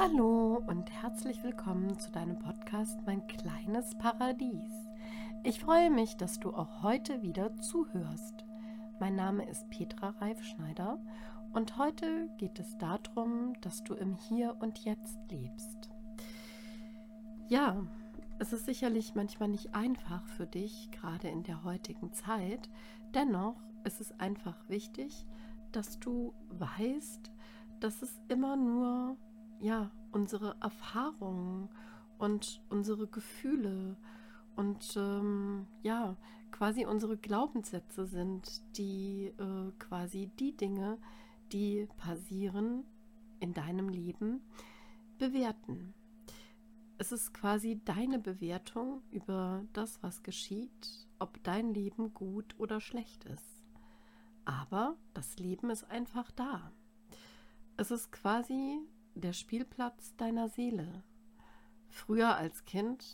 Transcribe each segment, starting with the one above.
Hallo und herzlich willkommen zu deinem Podcast Mein kleines Paradies. Ich freue mich, dass du auch heute wieder zuhörst. Mein Name ist Petra Reifschneider und heute geht es darum, dass du im Hier und Jetzt lebst. Ja, es ist sicherlich manchmal nicht einfach für dich, gerade in der heutigen Zeit. Dennoch ist es einfach wichtig, dass du weißt, dass es immer nur unsere Erfahrungen und unsere Gefühle und quasi unsere Glaubenssätze sind, die quasi die Dinge, die passieren in deinem Leben, bewerten. Es ist quasi deine Bewertung über das, was geschieht, ob dein Leben gut oder schlecht ist. Aber das Leben ist einfach da. Es ist quasi der Spielplatz deiner Seele. Früher als Kind,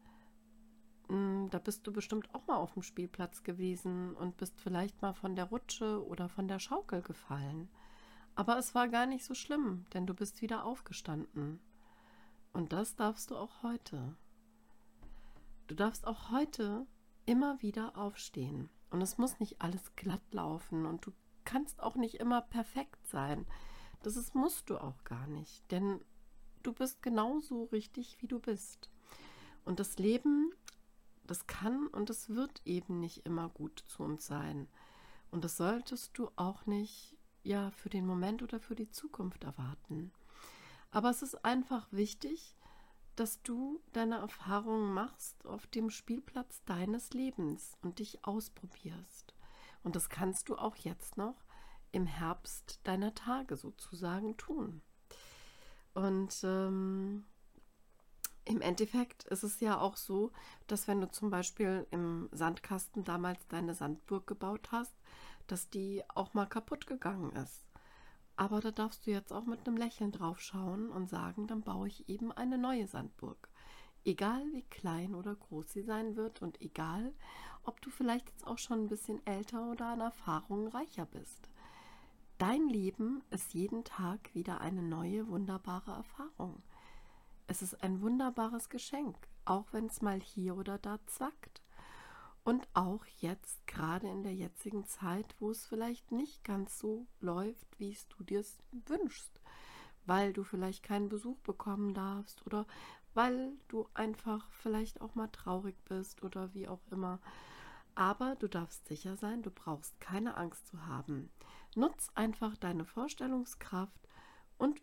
da bist du bestimmt auch mal auf dem Spielplatz gewesen und bist vielleicht mal von der Rutsche oder von der Schaukel gefallen. Aber es war gar nicht so schlimm, denn du bist wieder aufgestanden. Und das darfst du auch heute. Du darfst auch heute immer wieder aufstehen. Und es muss nicht alles glatt laufen und du kannst auch nicht immer perfekt sein. Musst du auch gar nicht, denn du bist genauso richtig, wie du bist. Und das Leben, das kann und es wird eben nicht immer gut zu uns sein. Und das solltest du auch nicht, für den Moment oder für die Zukunft erwarten. Aber es ist einfach wichtig, dass du deine Erfahrungen machst auf dem Spielplatz deines Lebens und dich ausprobierst. Und das kannst du auch jetzt noch im Herbst deiner Tage sozusagen tun. Und im Endeffekt ist es ja auch so, dass wenn du zum Beispiel im Sandkasten damals deine Sandburg gebaut hast, dass die auch mal kaputt gegangen ist. Aber da darfst du jetzt auch mit einem Lächeln drauf schauen und sagen, dann baue ich eben eine neue Sandburg. Egal wie klein oder groß sie sein wird und egal, ob du vielleicht jetzt auch schon ein bisschen älter oder an Erfahrungen reicher bist. Dein Leben ist jeden Tag wieder eine neue, wunderbare Erfahrung. Es ist ein wunderbares Geschenk, auch wenn es mal hier oder da zwackt. Und auch jetzt, gerade in der jetzigen Zeit, wo es vielleicht nicht ganz so läuft, wie es du dir wünschst, weil du vielleicht keinen Besuch bekommen darfst oder weil du einfach vielleicht auch mal traurig bist oder wie auch immer. Aber du darfst sicher sein, du brauchst keine Angst zu haben. Nutz einfach deine Vorstellungskraft und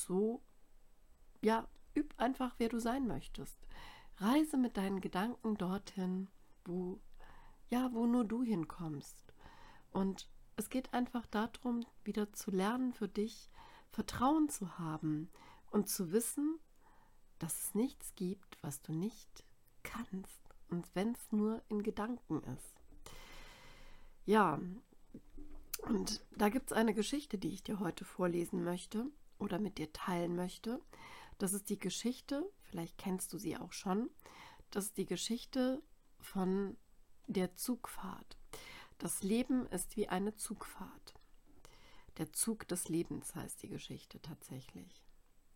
üb einfach, wer du sein möchtest. Reise mit deinen Gedanken dorthin, wo nur du hinkommst. Und es geht einfach darum, wieder zu lernen für dich, Vertrauen zu haben und zu wissen, dass es nichts gibt, was du nicht kannst. Und wenn es nur in Gedanken ist. Ja, und da gibt es eine Geschichte, die ich dir heute vorlesen möchte oder mit dir teilen möchte. Das ist die Geschichte, vielleicht kennst du sie auch schon, das ist die Geschichte von der Zugfahrt. Das Leben ist wie eine Zugfahrt. Der Zug des Lebens heißt die Geschichte tatsächlich.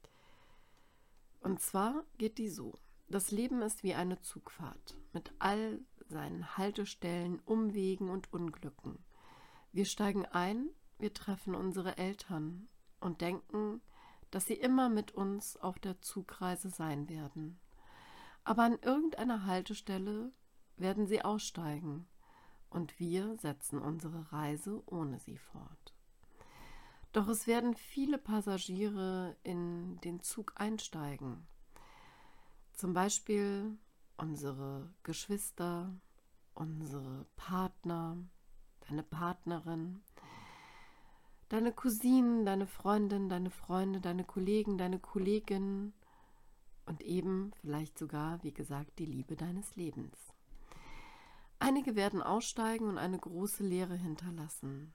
Und zwar geht die so. Das Leben ist wie eine Zugfahrt mit all seinen Haltestellen, Umwegen und Unglücken. Wir steigen ein, wir treffen unsere Eltern und denken, dass sie immer mit uns auf der Zugreise sein werden. Aber an irgendeiner Haltestelle werden sie aussteigen und wir setzen unsere Reise ohne sie fort. Doch es werden viele Passagiere in den Zug einsteigen. Zum Beispiel unsere Geschwister, unsere Partner, deine Partnerin, deine Cousinen, deine Freundin, deine Freunde, deine Kollegen, deine Kolleginnen und eben vielleicht sogar, wie gesagt, die Liebe deines Lebens. Einige werden aussteigen und eine große Leere hinterlassen.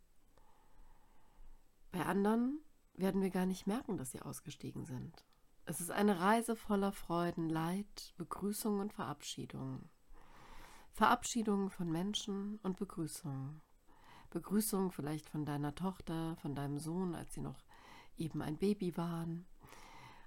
Bei anderen werden wir gar nicht merken, dass sie ausgestiegen sind. Es ist eine Reise voller Freuden, Leid, Begrüßung und Verabschiedung. Verabschiedungen von Menschen und Begrüßungen. Begrüßung vielleicht von deiner Tochter, von deinem Sohn, als sie noch eben ein Baby waren.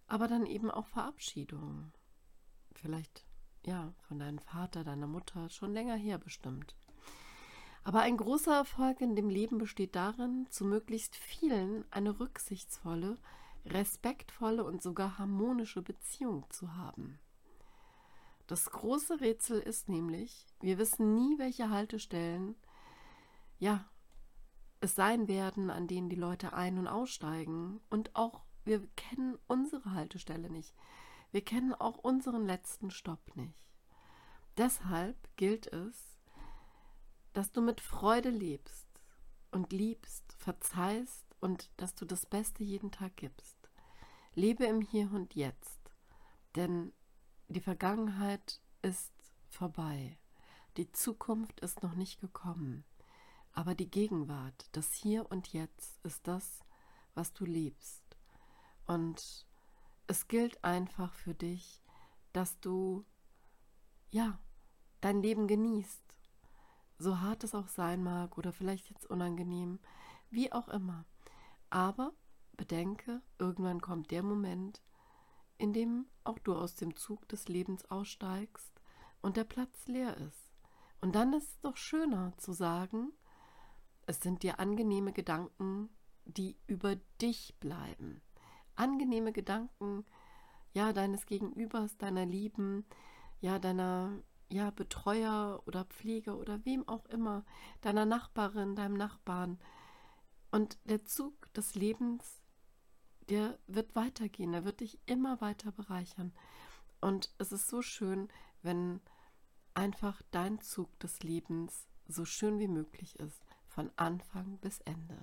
aber dann eben auch Verabschiedung. Vielleicht, ja, von deinem Vater, deiner Mutter, schon länger her bestimmt. Aber ein großer Erfolg in dem Leben besteht darin, zu möglichst vielen eine rücksichtsvolle, respektvolle und sogar harmonische Beziehung zu haben. Das große Rätsel ist nämlich, wir wissen nie, welche Haltestellen, ja, es sein werden, an denen die Leute ein- und aussteigen. Und auch wir kennen unsere Haltestelle nicht. Wir kennen auch unseren letzten Stopp nicht. Deshalb gilt es, dass du mit Freude lebst und liebst, verzeihst und dass du das Beste jeden Tag gibst. Lebe im Hier und Jetzt, denn die Vergangenheit ist vorbei. Die Zukunft ist noch nicht gekommen. Aber die Gegenwart, das Hier und Jetzt, ist das, was du liebst. Und es gilt einfach für dich, dass du, ja, dein Leben genießt. So hart es auch sein mag oder vielleicht jetzt unangenehm, wie auch immer. Aber bedenke, irgendwann kommt der Moment, in dem auch du aus dem Zug des Lebens aussteigst und der Platz leer ist. Und dann ist es doch schöner zu sagen, es sind dir angenehme Gedanken, die über dich bleiben. Angenehme Gedanken, ja, deines Gegenübers, deiner Lieben, ja, deiner, ja, Betreuer oder Pfleger oder wem auch immer, deiner Nachbarin, deinem Nachbarn. Und der Zug des Lebens, der wird weitergehen, der wird dich immer weiter bereichern. Und es ist so schön, wenn einfach dein Zug des Lebens so schön wie möglich ist, von Anfang bis Ende.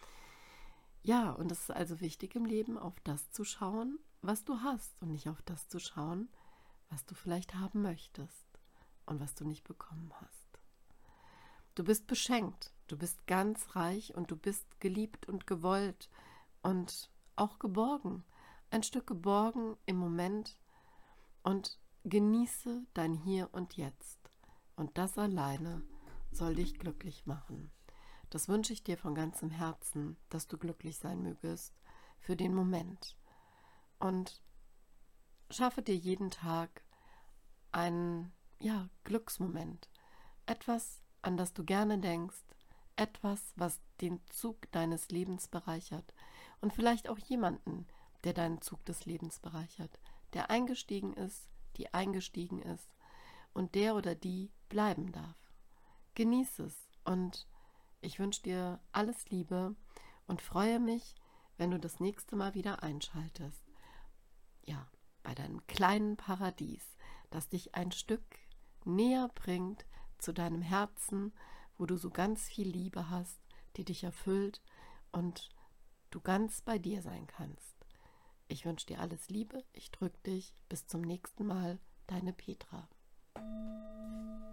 Ja, und es ist also wichtig im Leben, auf das zu schauen, was du hast und nicht auf das zu schauen, was du vielleicht haben möchtest und was du nicht bekommen hast. Du bist beschenkt, du bist ganz reich und du bist geliebt und gewollt und auch geborgen. Ein Stück geborgen im Moment und genieße dein Hier und Jetzt. Und das alleine soll dich glücklich machen. Das wünsche ich dir von ganzem Herzen, dass du glücklich sein mögest für den Moment. Und schaffe dir jeden Tag einen, ja, Glücksmoment. Etwas, an das du gerne denkst. Etwas, was den Zug deines Lebens bereichert. Und vielleicht auch jemanden, der deinen Zug des Lebens bereichert. Der eingestiegen ist, die eingestiegen ist und der oder die bleiben darf. Genieß es und ich wünsche dir alles Liebe und freue mich, wenn du das nächste Mal wieder einschaltest. Ja, bei deinem kleinen Paradies, das dich ein Stück näher bringt zu deinem Herzen, wo du so ganz viel Liebe hast, die dich erfüllt und du ganz bei dir sein kannst. Ich wünsche dir alles Liebe, ich drücke dich, bis zum nächsten Mal, deine Petra.